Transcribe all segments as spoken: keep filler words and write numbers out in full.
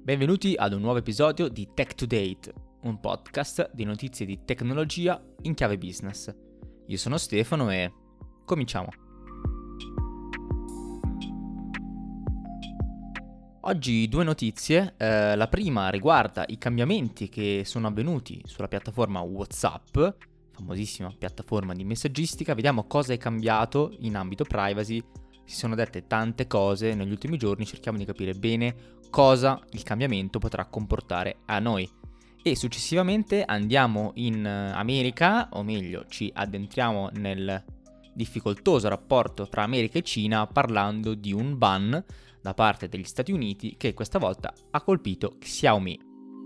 Benvenuti ad un nuovo episodio di Tech to Date, un podcast di notizie di tecnologia in chiave business. Io sono Stefano e cominciamo. Oggi due notizie, eh, la prima riguarda i cambiamenti che sono avvenuti sulla piattaforma WhatsApp, famosissima piattaforma di messaggistica. Vediamo cosa è cambiato in ambito privacy. Si sono dette tante cose negli ultimi giorni, cerchiamo di capire bene cosa il cambiamento potrà comportare a noi. E successivamente andiamo in America, o meglio ci addentriamo nel difficoltoso rapporto tra America e Cina parlando di un ban da parte degli Stati Uniti che questa volta ha colpito Xiaomi.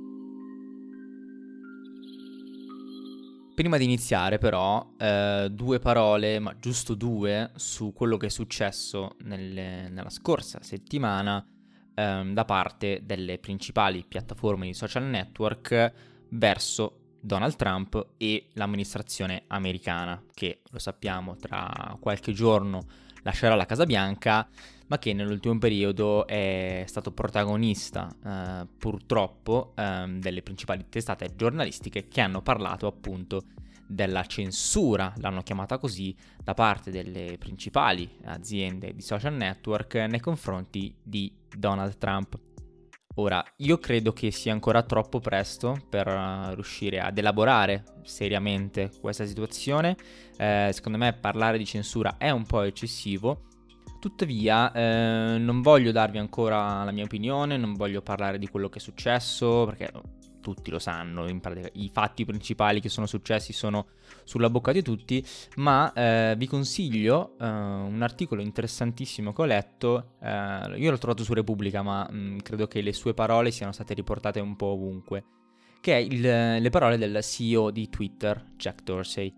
Prima di iniziare però, eh, due parole, ma giusto due, su quello che è successo nelle, nella scorsa settimana ehm, da parte delle principali piattaforme di social network verso Donald Trump e l'amministrazione americana, che lo sappiamo tra qualche giorno lascerà la Casa Bianca, ma che nell'ultimo periodo è stato protagonista eh, purtroppo ehm, delle principali testate giornalistiche che hanno parlato appunto della censura, l'hanno chiamata così, da parte delle principali aziende di social network nei confronti di Donald Trump. Ora, io credo che sia ancora troppo presto per uh, riuscire ad elaborare seriamente questa situazione. Eh, secondo me parlare di censura è un po' eccessivo. Tuttavia, eh, non voglio darvi ancora la mia opinione, non voglio parlare di quello che è successo, perché tutti lo sanno, in pratica i fatti principali che sono successi sono sulla bocca di tutti, ma eh, vi consiglio eh, un articolo interessantissimo che ho letto, eh, io l'ho trovato su Repubblica, ma mh, credo che le sue parole siano state riportate un po' ovunque, che è il, le parole del C E O di Twitter, Jack Dorsey.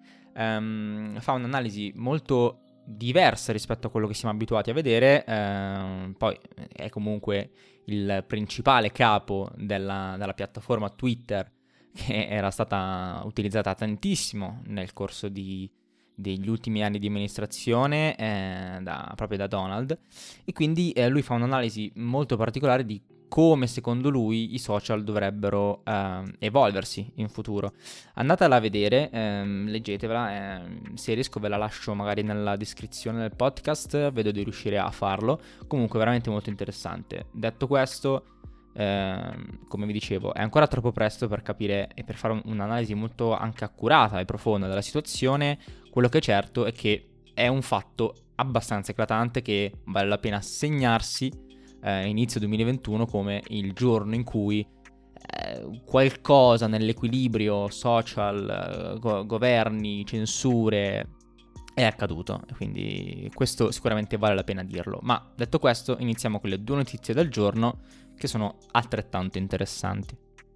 Um, fa un'analisi molto diversa rispetto a quello che siamo abituati a vedere, eh, poi è comunque il principale capo della, della piattaforma Twitter, che era stata utilizzata tantissimo nel corso di, degli ultimi anni di amministrazione eh, da, proprio da Donald, e quindi eh, lui fa un'analisi molto particolare di come secondo lui i social dovrebbero eh, evolversi in futuro. Andatela a vedere, ehm, leggetevela, eh, se riesco ve la lascio magari nella descrizione del podcast, vedo di riuscire a farlo. Comunque veramente molto interessante. Detto questo, ehm, come vi dicevo, è ancora troppo presto per capire e per fare un, un'analisi molto anche accurata e profonda della situazione. Quello che è certo è che è un fatto abbastanza eclatante che vale la pena segnarsi Eh, inizio duemilaventuno come il giorno in cui eh, qualcosa nell'equilibrio social, eh, go- governi, censure è accaduto, quindi questo sicuramente vale la pena dirlo. Ma detto questo, iniziamo con le due notizie del giorno che sono altrettanto interessanti.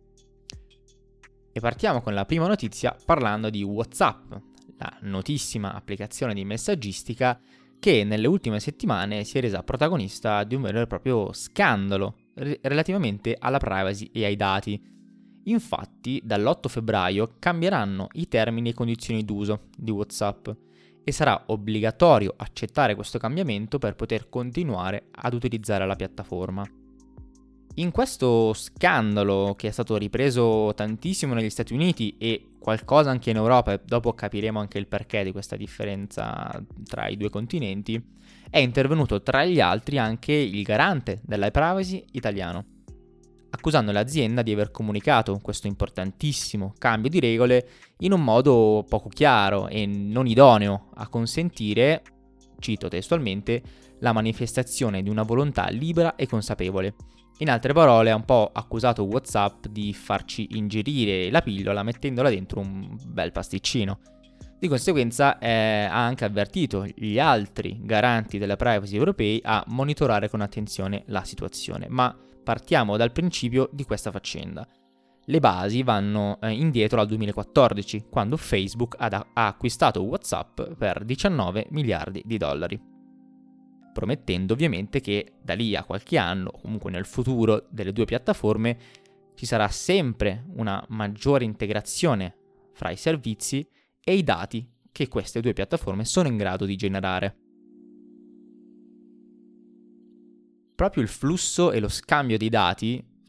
E partiamo con la prima notizia parlando di WhatsApp, la notissima applicazione di messaggistica che nelle ultime settimane si è resa protagonista di un vero e proprio scandalo re- relativamente alla privacy e ai dati. Infatti, dall'otto febbraio cambieranno i termini e condizioni d'uso di WhatsApp e sarà obbligatorio accettare questo cambiamento per poter continuare ad utilizzare la piattaforma. In questo scandalo, che è stato ripreso tantissimo negli Stati Uniti e qualcosa anche in Europa, e dopo capiremo anche il perché di questa differenza tra i due continenti, è intervenuto tra gli altri anche il garante della privacy italiano, accusando l'azienda di aver comunicato questo importantissimo cambio di regole in un modo poco chiaro e non idoneo a consentire, cito testualmente, la manifestazione di una volontà libera e consapevole. In altre parole, ha un po' accusato WhatsApp di farci ingerire la pillola mettendola dentro un bel pasticcino. Di conseguenza eh, ha anche avvertito gli altri garanti della privacy europei a monitorare con attenzione la situazione. Ma partiamo dal principio di questa faccenda. Le basi vanno eh, indietro al duemilaquattordici, quando Facebook ha, da- ha acquistato WhatsApp per diciannove miliardi di dollari. Promettendo ovviamente che da lì a qualche anno, comunque nel futuro delle due piattaforme, ci sarà sempre una maggiore integrazione fra i servizi e i dati che queste due piattaforme sono in grado di generare. Proprio il flusso e lo scambio di dati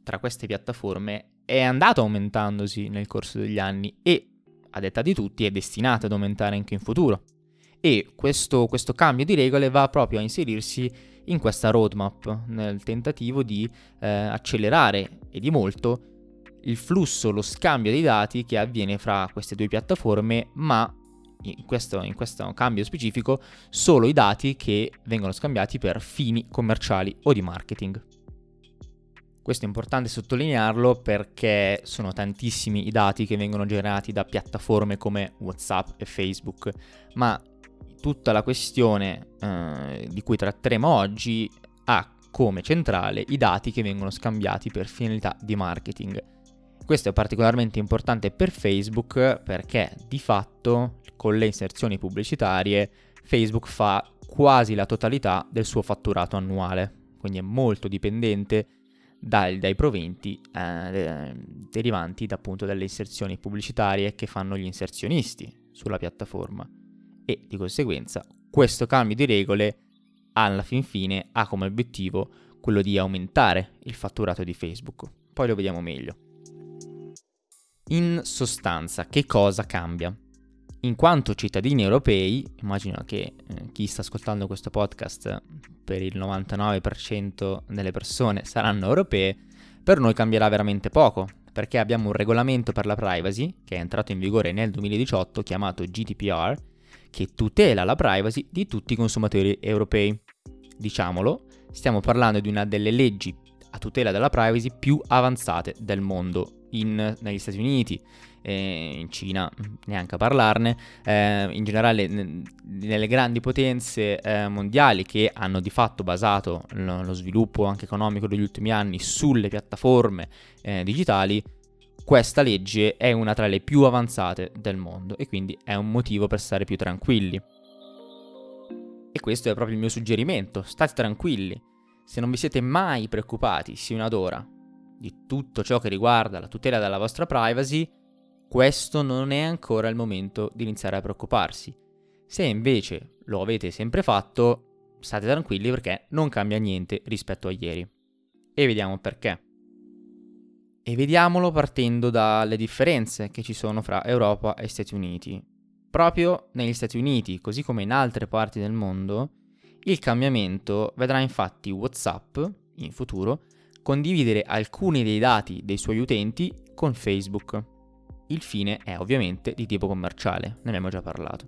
tra queste piattaforme è andato aumentandosi nel corso degli anni e, a detta di tutti, è destinato ad aumentare anche in futuro. E questo, questo cambio di regole va proprio a inserirsi in questa roadmap, nel tentativo di eh, accelerare e di molto il flusso, lo scambio dei dati che avviene fra queste due piattaforme, ma in questo, in questo cambio specifico solo i dati che vengono scambiati per fini commerciali o di marketing. Questo è importante sottolinearlo perché sono tantissimi i dati che vengono generati da piattaforme come WhatsApp e Facebook, ma tutta la questione eh, di cui tratteremo oggi ha come centrale i dati che vengono scambiati per finalità di marketing. Questo è particolarmente importante per Facebook perché di fatto con le inserzioni pubblicitarie Facebook fa quasi la totalità del suo fatturato annuale, quindi è molto dipendente dai, dai proventi eh, derivanti da, appunto dalle inserzioni pubblicitarie che fanno gli inserzionisti sulla piattaforma. E di conseguenza questo cambio di regole alla fin fine ha come obiettivo quello di aumentare il fatturato di Facebook. Poi lo vediamo meglio. In sostanza, che cosa cambia? In quanto cittadini europei, immagino che eh, chi sta ascoltando questo podcast per il novantanove per cento delle persone saranno europee, per noi cambierà veramente poco, perché abbiamo un regolamento per la privacy che è entrato in vigore nel duemiladiciotto chiamato G D P R, che tutela la privacy di tutti i consumatori europei. Diciamolo, stiamo parlando di una delle leggi a tutela della privacy più avanzate del mondo. In, negli Stati Uniti, eh, in Cina, neanche a parlarne, eh, in generale n- nelle grandi potenze eh, mondiali che hanno di fatto basato lo, lo sviluppo anche economico degli ultimi anni sulle piattaforme eh, digitali, questa legge è una tra le più avanzate del mondo e quindi è un motivo per stare più tranquilli. E questo è proprio il mio suggerimento, state tranquilli. Se non vi siete mai preoccupati sino ad ora di tutto ciò che riguarda la tutela della vostra privacy, questo non è ancora il momento di iniziare a preoccuparsi. Se invece lo avete sempre fatto, state tranquilli perché non cambia niente rispetto a ieri. E vediamo perché. E vediamolo partendo dalle differenze che ci sono fra Europa e Stati Uniti. Proprio negli Stati Uniti, così come in altre parti del mondo, il cambiamento vedrà infatti WhatsApp, in futuro, condividere alcuni dei dati dei suoi utenti con Facebook. Il fine è ovviamente di tipo commerciale, ne abbiamo già parlato.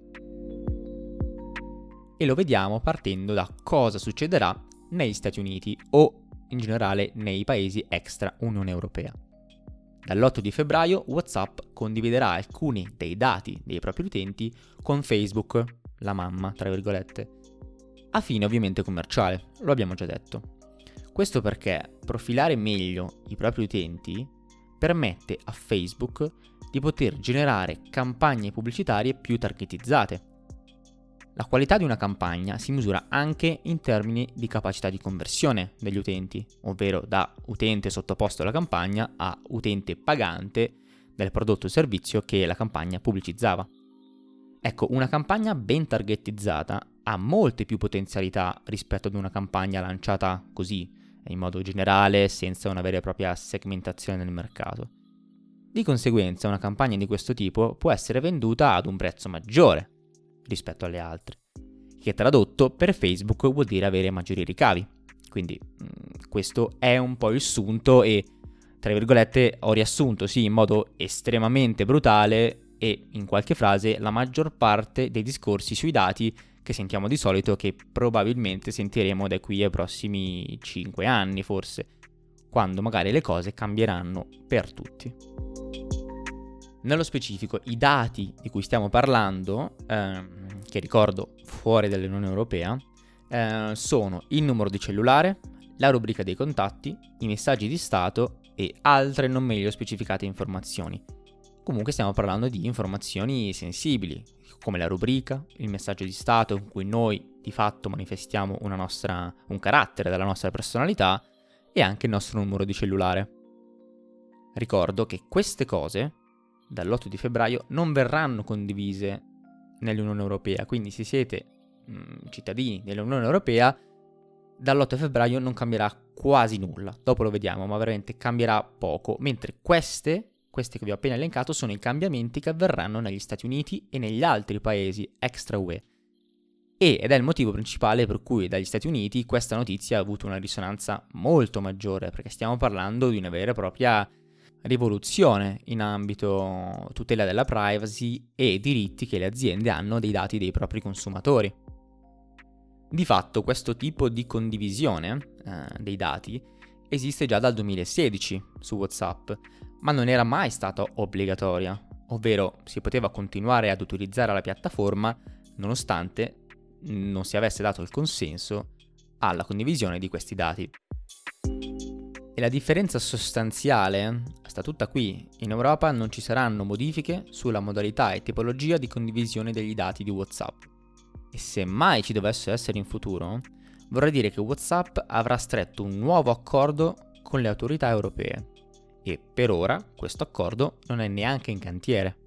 E lo vediamo partendo da cosa succederà negli Stati Uniti o in generale nei paesi extra Unione Europea. Dall'otto di febbraio WhatsApp condividerà alcuni dei dati dei propri utenti con Facebook, la mamma, tra virgolette, a fine ovviamente commerciale, lo abbiamo già detto. Questo perché profilare meglio i propri utenti permette a Facebook di poter generare campagne pubblicitarie più targetizzate. La qualità di una campagna si misura anche in termini di capacità di conversione degli utenti, ovvero da utente sottoposto alla campagna a utente pagante del prodotto o servizio che la campagna pubblicizzava. Ecco, una campagna ben targetizzata ha molte più potenzialità rispetto ad una campagna lanciata così, in modo generale, senza una vera e propria segmentazione del mercato. Di conseguenza, una campagna di questo tipo può essere venduta ad un prezzo maggiore rispetto alle altre, che tradotto per Facebook vuol dire avere maggiori ricavi. Quindi mh, questo è un po' il sunto e, tra virgolette, ho riassunto, sì, in modo estremamente brutale e, in qualche frase, la maggior parte dei discorsi sui dati che sentiamo di solito, che probabilmente sentiremo da qui ai prossimi cinque anni forse, quando magari le cose cambieranno per tutti. Nello specifico, i dati di cui stiamo parlando, ehm, che ricordo fuori dall'Unione Europea, eh, sono il numero di cellulare, la rubrica dei contatti, i messaggi di stato e altre non meglio specificate informazioni. Comunque stiamo parlando di informazioni sensibili, come la rubrica, il messaggio di stato in cui noi di fatto manifestiamo una nostra, un carattere della nostra personalità e anche il nostro numero di cellulare. Ricordo che queste cose dall'otto di febbraio non verranno condivise nell'Unione Europea, quindi se siete mh, cittadini dell'Unione Europea dall'otto febbraio non cambierà quasi nulla, dopo lo vediamo, ma veramente cambierà poco, mentre queste, queste che vi ho appena elencato sono i cambiamenti che avverranno negli Stati Uniti e negli altri paesi extra U E. E, ed è il motivo principale per cui dagli Stati Uniti questa notizia ha avuto una risonanza molto maggiore, perché stiamo parlando di una vera e propria rivoluzione in ambito tutela della privacy e diritti che le aziende hanno dei dati dei propri consumatori. Di fatto questo tipo di condivisione eh, dei dati esiste già dal duemilasedici su WhatsApp, ma non era mai stata obbligatoria, ovvero si poteva continuare ad utilizzare la piattaforma nonostante non si avesse dato il consenso alla condivisione di questi dati. E la differenza sostanziale sta tutta qui. In Europa non ci saranno modifiche sulla modalità e tipologia di condivisione degli dati di WhatsApp. E se mai ci dovesse essere in futuro, vorrà dire che WhatsApp avrà stretto un nuovo accordo con le autorità europee. E per ora questo accordo non è neanche in cantiere.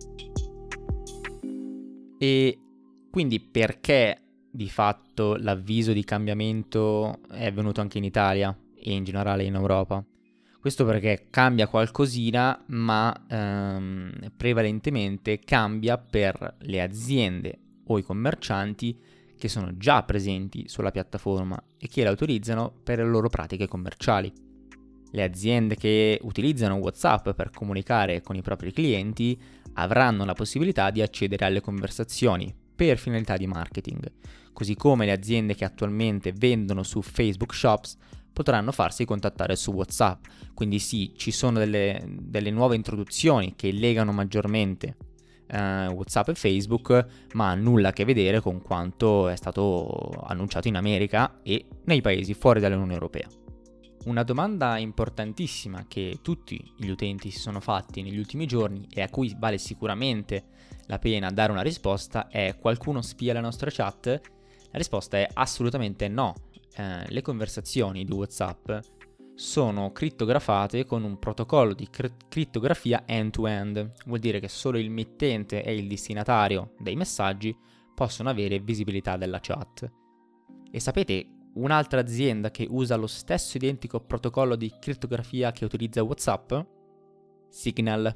E quindi perché di fatto l'avviso di cambiamento è venuto anche in Italia e in generale in Europa? Questo perché cambia qualcosina, ma ehm, prevalentemente cambia per le aziende o i commercianti che sono già presenti sulla piattaforma e che la utilizzano per le loro pratiche commerciali. Le aziende che utilizzano WhatsApp per comunicare con i propri clienti avranno la possibilità di accedere alle conversazioni per finalità di marketing, così come le aziende che attualmente vendono su Facebook Shops potranno farsi contattare su WhatsApp. Quindi sì, ci sono delle, delle nuove introduzioni che legano maggiormente eh, WhatsApp e Facebook, ma ha nulla a che vedere con quanto è stato annunciato in America e nei paesi fuori dall'Unione Europea. Una domanda importantissima che tutti gli utenti si sono fatti negli ultimi giorni e a cui vale sicuramente la pena dare una risposta è: qualcuno spia la nostra chat? La risposta è assolutamente no. Eh, le conversazioni di WhatsApp sono crittografate con un protocollo di cr- crittografia end-to-end. Vuol dire che solo il mittente e il destinatario dei messaggi possono avere visibilità della chat. E sapete un'altra azienda che usa lo stesso identico protocollo di crittografia che utilizza WhatsApp? Signal.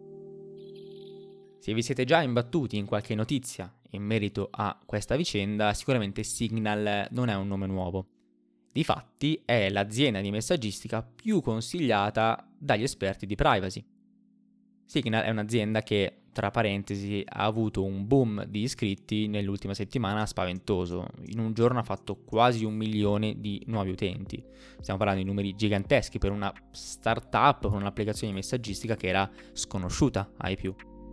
Se vi siete già imbattuti in qualche notizia in merito a questa vicenda, sicuramente Signal non è un nome nuovo. Difatti è l'azienda di messaggistica più consigliata dagli esperti di privacy. Signal è un'azienda che, tra parentesi, ha avuto un boom di iscritti nell'ultima settimana spaventoso. In un giorno ha fatto quasi un milione di nuovi utenti. Stiamo parlando di numeri giganteschi per una startup, per un'applicazione di messaggistica che era sconosciuta ai più.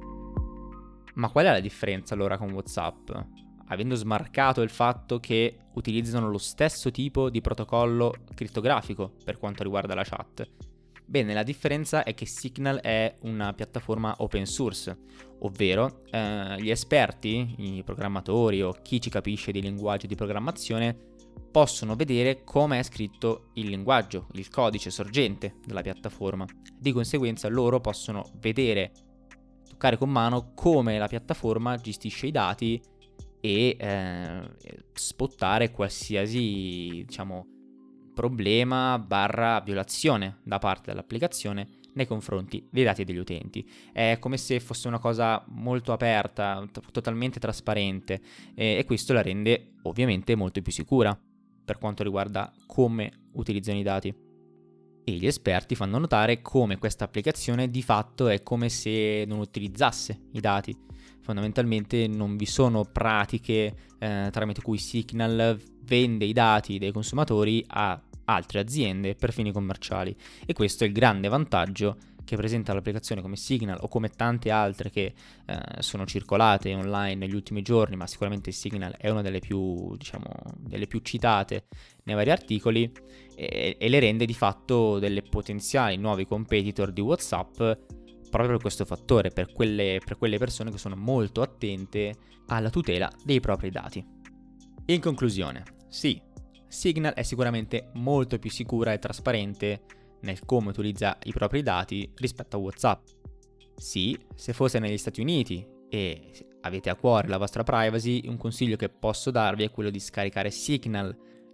Ma qual è la differenza allora con WhatsApp? Avendo smarcato il fatto che utilizzano lo stesso tipo di protocollo crittografico per quanto riguarda la chat. Bene, la differenza è che Signal è una piattaforma open source, ovvero eh, gli esperti, i programmatori o chi ci capisce di linguaggi di programmazione possono vedere come è scritto il linguaggio, il codice sorgente della piattaforma. Di conseguenza loro possono vedere, toccare con mano come la piattaforma gestisce i dati e eh, spottare qualsiasi, diciamo, problema barra violazione da parte dell'applicazione nei confronti dei dati degli utenti. È come se fosse una cosa molto aperta, t- totalmente trasparente e, e questo la rende ovviamente molto più sicura per quanto riguarda come utilizzano i dati. E gli esperti fanno notare come questa applicazione di fatto è come se non utilizzasse i dati. Fondamentalmente non vi sono pratiche eh, tramite cui Signal vende i dati dei consumatori a altre aziende per fini commerciali, e questo è il grande vantaggio che presenta l'applicazione come Signal o come tante altre che eh, sono circolate online negli ultimi giorni, ma sicuramente Signal è una delle più, diciamo, delle più citate nei vari articoli e, e le rende di fatto delle potenziali nuovi competitor di WhatsApp proprio per questo fattore, per quelle, per quelle persone che sono molto attente alla tutela dei propri dati. In conclusione, sì, Signal è sicuramente molto più sicura e trasparente nel come utilizza i propri dati rispetto a WhatsApp. Sì, se foste negli Stati Uniti e avete a cuore la vostra privacy, un consiglio che posso darvi è quello di scaricare Signal,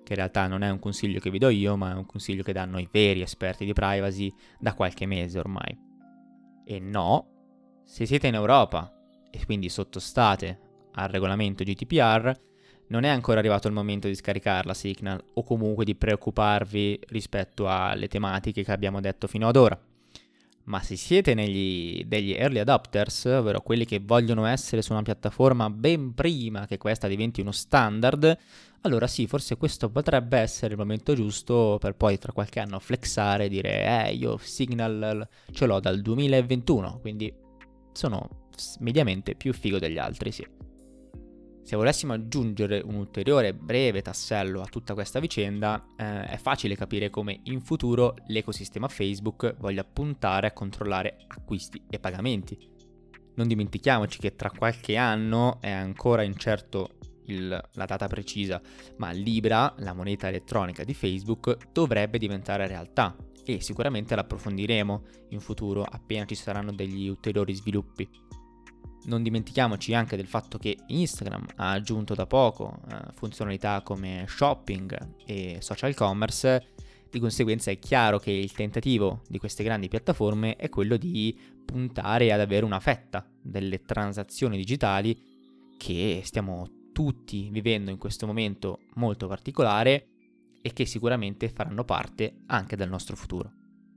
che in realtà non è un consiglio che vi do io, ma è un consiglio che danno i veri esperti di privacy da qualche mese ormai. E no, se siete in Europa e quindi sottostate al regolamento G D P R, non è ancora arrivato il momento di scaricarla Signal o comunque di preoccuparvi rispetto alle tematiche che abbiamo detto fino ad ora. Ma se siete negli, degli early adopters, ovvero quelli che vogliono essere su una piattaforma ben prima che questa diventi uno standard, allora sì, forse questo potrebbe essere il momento giusto per poi tra qualche anno flexare e dire eh, io Signal ce l'ho dal duemilaventuno, quindi sono mediamente più figo degli altri, sì. Se volessimo aggiungere un ulteriore breve tassello a tutta questa vicenda, eh, è facile capire come in futuro l'ecosistema Facebook voglia puntare a controllare acquisti e pagamenti. Non dimentichiamoci che tra qualche anno è ancora incerto il, la data precisa, ma Libra, la moneta elettronica di Facebook, dovrebbe diventare realtà e sicuramente l'approfondiremo in futuro appena ci saranno degli ulteriori sviluppi. Non dimentichiamoci anche del fatto che Instagram ha aggiunto da poco eh, funzionalità come shopping e social commerce, di conseguenza è chiaro che il tentativo di queste grandi piattaforme è quello di puntare ad avere una fetta delle transazioni digitali che stiamo tutti vivendo in questo momento molto particolare e che sicuramente faranno parte anche del nostro futuro.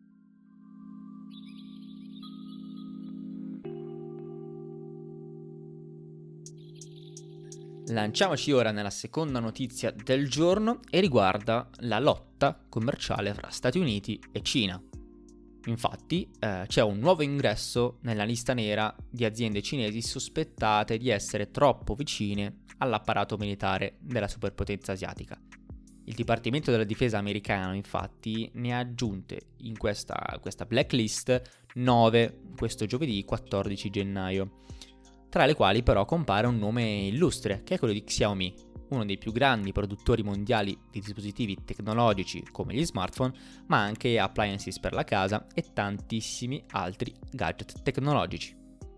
Lanciamoci ora nella seconda notizia del giorno e riguarda la lotta commerciale fra Stati Uniti e Cina. Infatti eh, c'è un nuovo ingresso nella lista nera di aziende cinesi sospettate di essere troppo vicine all'apparato militare della superpotenza asiatica. Il Dipartimento della Difesa americano infatti ne ha aggiunte in questa, questa blacklist nove questo giovedì quattordici gennaio. Tra le quali però compare un nome illustre, che è quello di Xiaomi, uno dei più grandi produttori mondiali di dispositivi tecnologici come gli smartphone, ma anche appliances per la casa e tantissimi altri gadget tecnologici.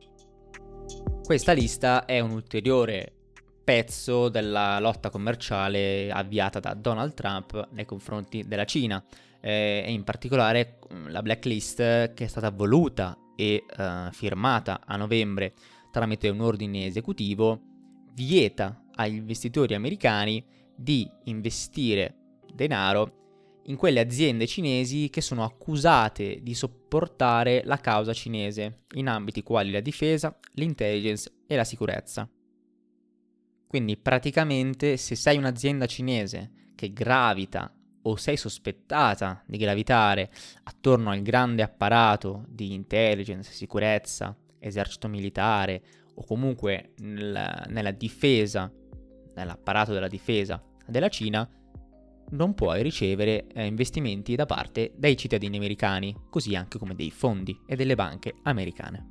Questa lista è un ulteriore pezzo della lotta commerciale avviata da Donald Trump nei confronti della Cina, eh, e in particolare la blacklist che è stata voluta e eh, firmata a novembre tramite un ordine esecutivo, vieta agli investitori americani di investire denaro in quelle aziende cinesi che sono accusate di sopportare la causa cinese in ambiti quali la difesa, l'intelligence e la sicurezza. Quindi praticamente se sei un'azienda cinese che gravita o sei sospettata di gravitare attorno al grande apparato di intelligence, sicurezza, esercito militare o comunque nella, nella difesa, nell'apparato della difesa della Cina, non puoi ricevere eh, investimenti da parte dei cittadini americani, così anche come dei fondi e delle banche americane.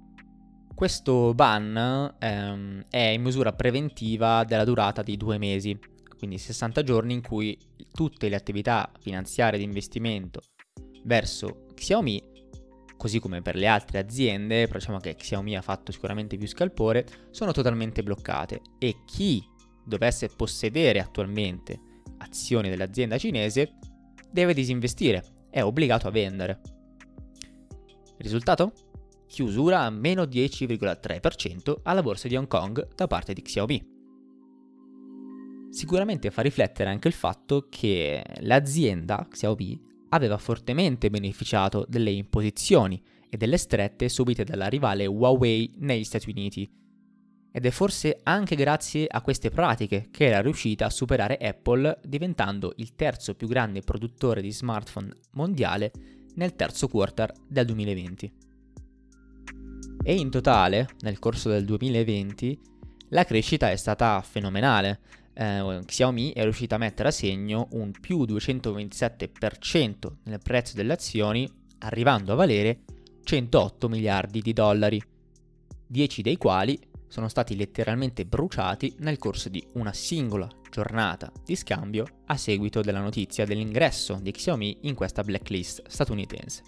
Questo ban ehm, è in misura preventiva della durata di due mesi, quindi sessanta giorni in cui tutte le attività finanziarie di investimento verso Xiaomi, così come per le altre aziende, però diciamo che Xiaomi ha fatto sicuramente più scalpore, sono totalmente bloccate e chi dovesse possedere attualmente azioni dell'azienda cinese deve disinvestire, è obbligato a vendere. Risultato? Chiusura a meno dieci virgola tre per cento alla borsa di Hong Kong da parte di Xiaomi. Sicuramente fa riflettere anche il fatto che l'azienda Xiaomi aveva fortemente beneficiato delle imposizioni e delle strette subite dalla rivale Huawei negli Stati Uniti. Ed è forse anche grazie a queste pratiche che era riuscita a superare Apple, diventando il terzo più grande produttore di smartphone mondiale nel terzo quarter del duemilaventi. E in totale, nel corso del duemilaventi, la crescita è stata fenomenale. Eh, Xiaomi è riuscita a mettere a segno un più duecentoventisette per cento nel prezzo delle azioni, arrivando a valere centootto miliardi di dollari, dieci dei quali sono stati letteralmente bruciati nel corso di una singola giornata di scambio a seguito della notizia dell'ingresso di Xiaomi in questa blacklist statunitense.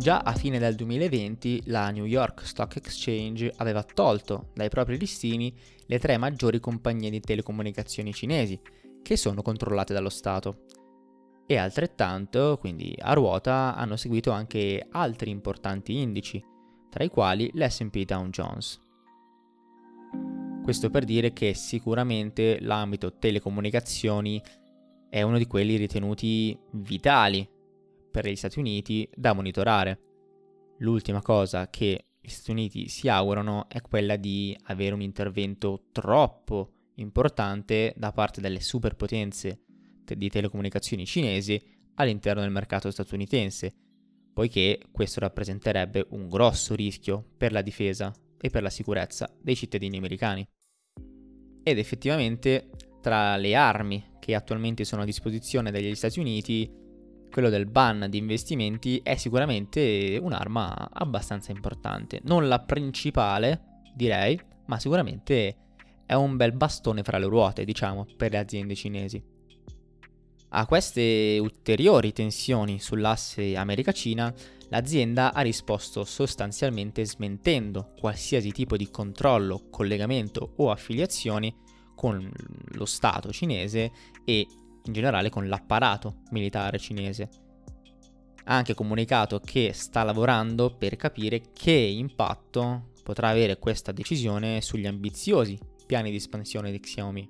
Già a fine del duemilaventi la New York Stock Exchange aveva tolto dai propri listini le tre maggiori compagnie di telecomunicazioni cinesi, che sono controllate dallo Stato. E altrettanto, quindi a ruota, hanno seguito anche altri importanti indici, tra i quali l'S and P Dow Jones. Questo per dire che sicuramente l'ambito telecomunicazioni è uno di quelli ritenuti vitali per gli Stati Uniti da monitorare. L'ultima cosa che gli Stati Uniti si augurano è quella di avere un intervento troppo importante da parte delle superpotenze di telecomunicazioni cinesi all'interno del mercato statunitense, poiché questo rappresenterebbe un grosso rischio per la difesa e per la sicurezza dei cittadini americani. Ed effettivamente tra le armi che attualmente sono a disposizione degli Stati Uniti, quello del ban di investimenti è sicuramente un'arma abbastanza importante. Non la principale, direi, ma sicuramente è un bel bastone fra le ruote, diciamo, per le aziende cinesi. A queste ulteriori tensioni sull'asse America-Cina, l'azienda ha risposto sostanzialmente smentendo qualsiasi tipo di controllo, collegamento o affiliazioni con lo Stato cinese e in generale con l'apparato militare cinese. Ha anche comunicato che sta lavorando per capire che impatto potrà avere questa decisione sugli ambiziosi piani di espansione di Xiaomi.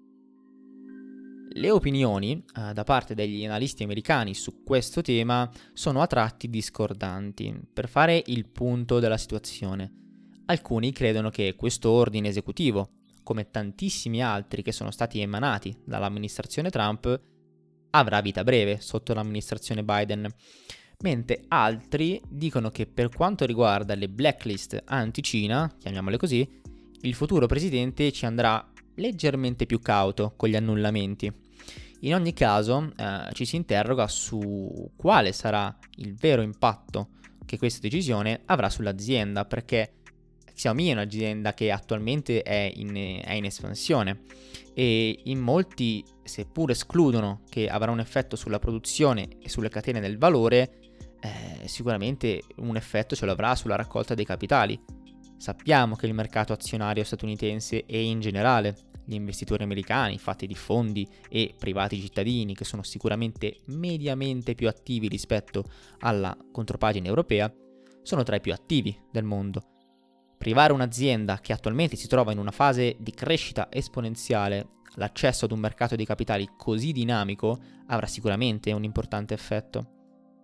Le opinioni eh, da parte degli analisti americani su questo tema sono a tratti discordanti. Per fare il punto della situazione, alcuni credono che questo ordine esecutivo, come tantissimi altri che sono stati emanati dall'amministrazione Trump, avrà vita breve sotto l'amministrazione Biden, mentre altri dicono che per quanto riguarda le blacklist anti-Cina, chiamiamole così, il futuro presidente ci andrà leggermente più cauto con gli annullamenti. In ogni caso eh, ci si interroga su quale sarà il vero impatto che questa decisione avrà sull'azienda, perché Xiaomi è un'azienda che attualmente è in, è in espansione e in molti, seppur escludono che avrà un effetto sulla produzione e sulle catene del valore, eh, sicuramente un effetto ce lo avrà sulla raccolta dei capitali. Sappiamo che il mercato azionario statunitense e in generale gli investitori americani, fatti di fondi e privati cittadini, che sono sicuramente mediamente più attivi rispetto alla contropagine europea, sono tra i più attivi del mondo. Privare un'azienda che attualmente si trova in una fase di crescita esponenziale l'accesso ad un mercato di capitali così dinamico avrà sicuramente un importante effetto.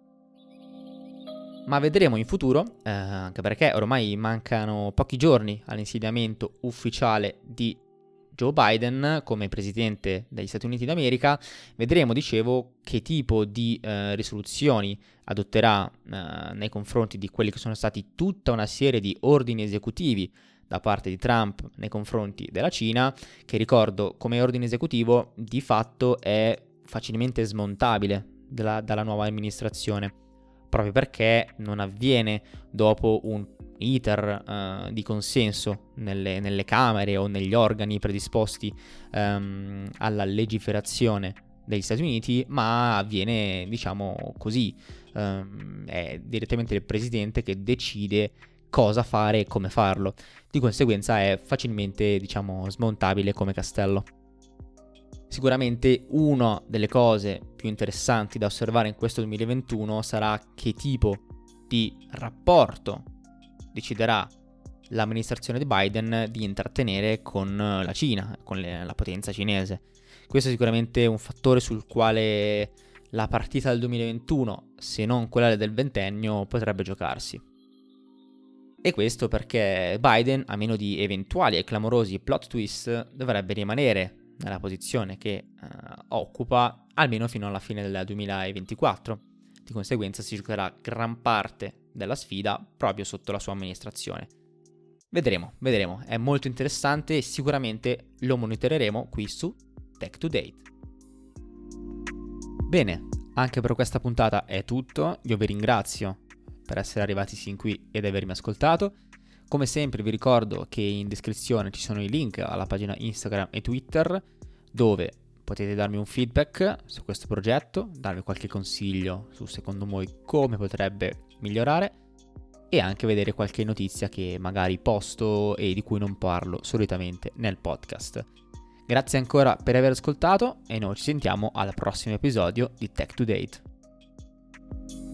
Ma vedremo in futuro, eh, anche perché ormai mancano pochi giorni all'insediamento ufficiale di Joe Biden come presidente degli Stati Uniti d'America, vedremo, dicevo, che tipo di eh, risoluzioni adotterà eh, nei confronti di quelli che sono stati tutta una serie di ordini esecutivi da parte di Trump nei confronti della Cina, che ricordo come ordine esecutivo di fatto è facilmente smontabile dalla, dalla nuova amministrazione, proprio perché non avviene dopo un iter uh, di consenso nelle, nelle camere o negli organi predisposti um, alla legiferazione degli Stati Uniti, ma avviene, diciamo così, um, è direttamente il presidente che decide cosa fare e come farlo. Di conseguenza è facilmente, diciamo, smontabile come castello. Sicuramente una delle cose più interessanti da osservare in questo duemilaventuno sarà che tipo di rapporto deciderà l'amministrazione di Biden di intrattenere con la Cina, con le, la potenza cinese. Questo è sicuramente un fattore sul quale la partita del duemilaventuno, se non quella del ventennio, potrebbe giocarsi. E questo perché Biden, a meno di eventuali e clamorosi plot twist, dovrebbe rimanere nella posizione che uh, occupa almeno fino alla fine del duemilaventiquattro. Di conseguenza si giocherà gran parte della sfida proprio sotto la sua amministrazione. Vedremo, vedremo, è molto interessante e sicuramente lo monitoreremo qui su Tech to Date. Bene, anche per questa puntata è tutto, io vi ringrazio per essere arrivati sin qui ed avermi ascoltato. Come sempre vi ricordo che in descrizione ci sono i link alla pagina Instagram e Twitter, dove potete darmi un feedback su questo progetto, darmi qualche consiglio su secondo voi come potrebbe migliorare e anche vedere qualche notizia che magari posto e di cui non parlo solitamente nel podcast. Grazie ancora per aver ascoltato e noi ci sentiamo al prossimo episodio di Tech to Date.